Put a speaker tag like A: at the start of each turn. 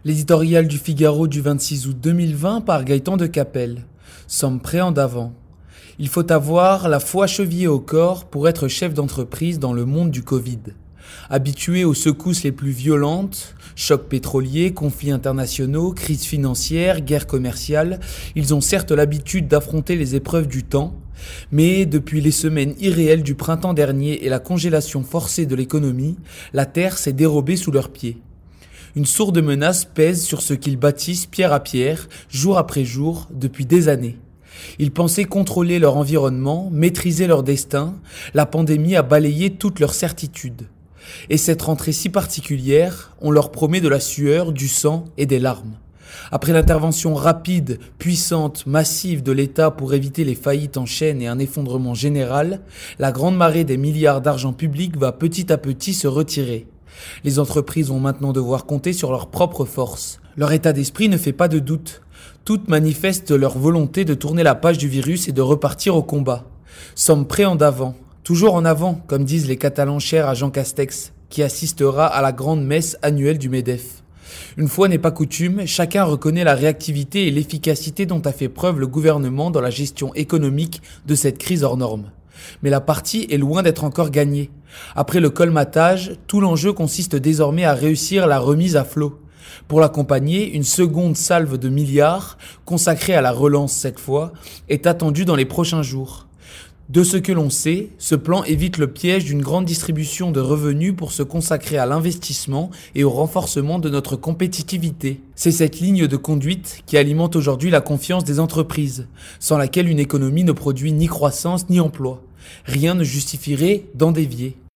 A: L'éditorial du Figaro du 26 août 2020 par Gaëtan de Capelle. Sommes prêts en avant. Il faut avoir la foi chevillée au corps pour être chef d'entreprise dans le monde du Covid. Habitués aux secousses les plus violentes, chocs pétroliers, conflits internationaux, crises financières, guerres commerciales, ils ont certes l'habitude d'affronter les épreuves du temps, mais depuis les semaines irréelles du printemps dernier et la congélation forcée de l'économie, la terre s'est dérobée sous leurs pieds. Une sourde menace pèse sur ce qu'ils bâtissent pierre à pierre, jour après jour, depuis des années. Ils pensaient contrôler leur environnement, maîtriser leur destin. La pandémie a balayé toutes leurs certitudes. Et cette rentrée si particulière, on leur promet de la sueur, du sang et des larmes. Après l'intervention rapide, puissante, massive de l'État pour éviter les faillites en chaîne et un effondrement général, la grande marée des milliards d'argent public va petit à petit se retirer. Les entreprises vont maintenant devoir compter sur leurs propres forces. Leur état d'esprit ne fait pas de doute. Toutes manifestent leur volonté de tourner la page du virus et de repartir au combat. Sommes prêts en avant. Toujours en avant, comme disent les Catalans chers à Jean Castex, qui assistera à la grande messe annuelle du MEDEF. Une fois n'est pas coutume, chacun reconnaît la réactivité et l'efficacité dont a fait preuve le gouvernement dans la gestion économique de cette crise hors norme. Mais la partie est loin d'être encore gagnée. Après le colmatage, tout l'enjeu consiste désormais à réussir la remise à flot. Pour l'accompagner, une seconde salve de milliards, consacrée à la relance cette fois, est attendue dans les prochains jours. De ce que l'on sait, ce plan évite le piège d'une grande distribution de revenus pour se consacrer à l'investissement et au renforcement de notre compétitivité. C'est cette ligne de conduite qui alimente aujourd'hui la confiance des entreprises, sans laquelle une économie ne produit ni croissance ni emploi. Rien ne justifierait d'en dévier.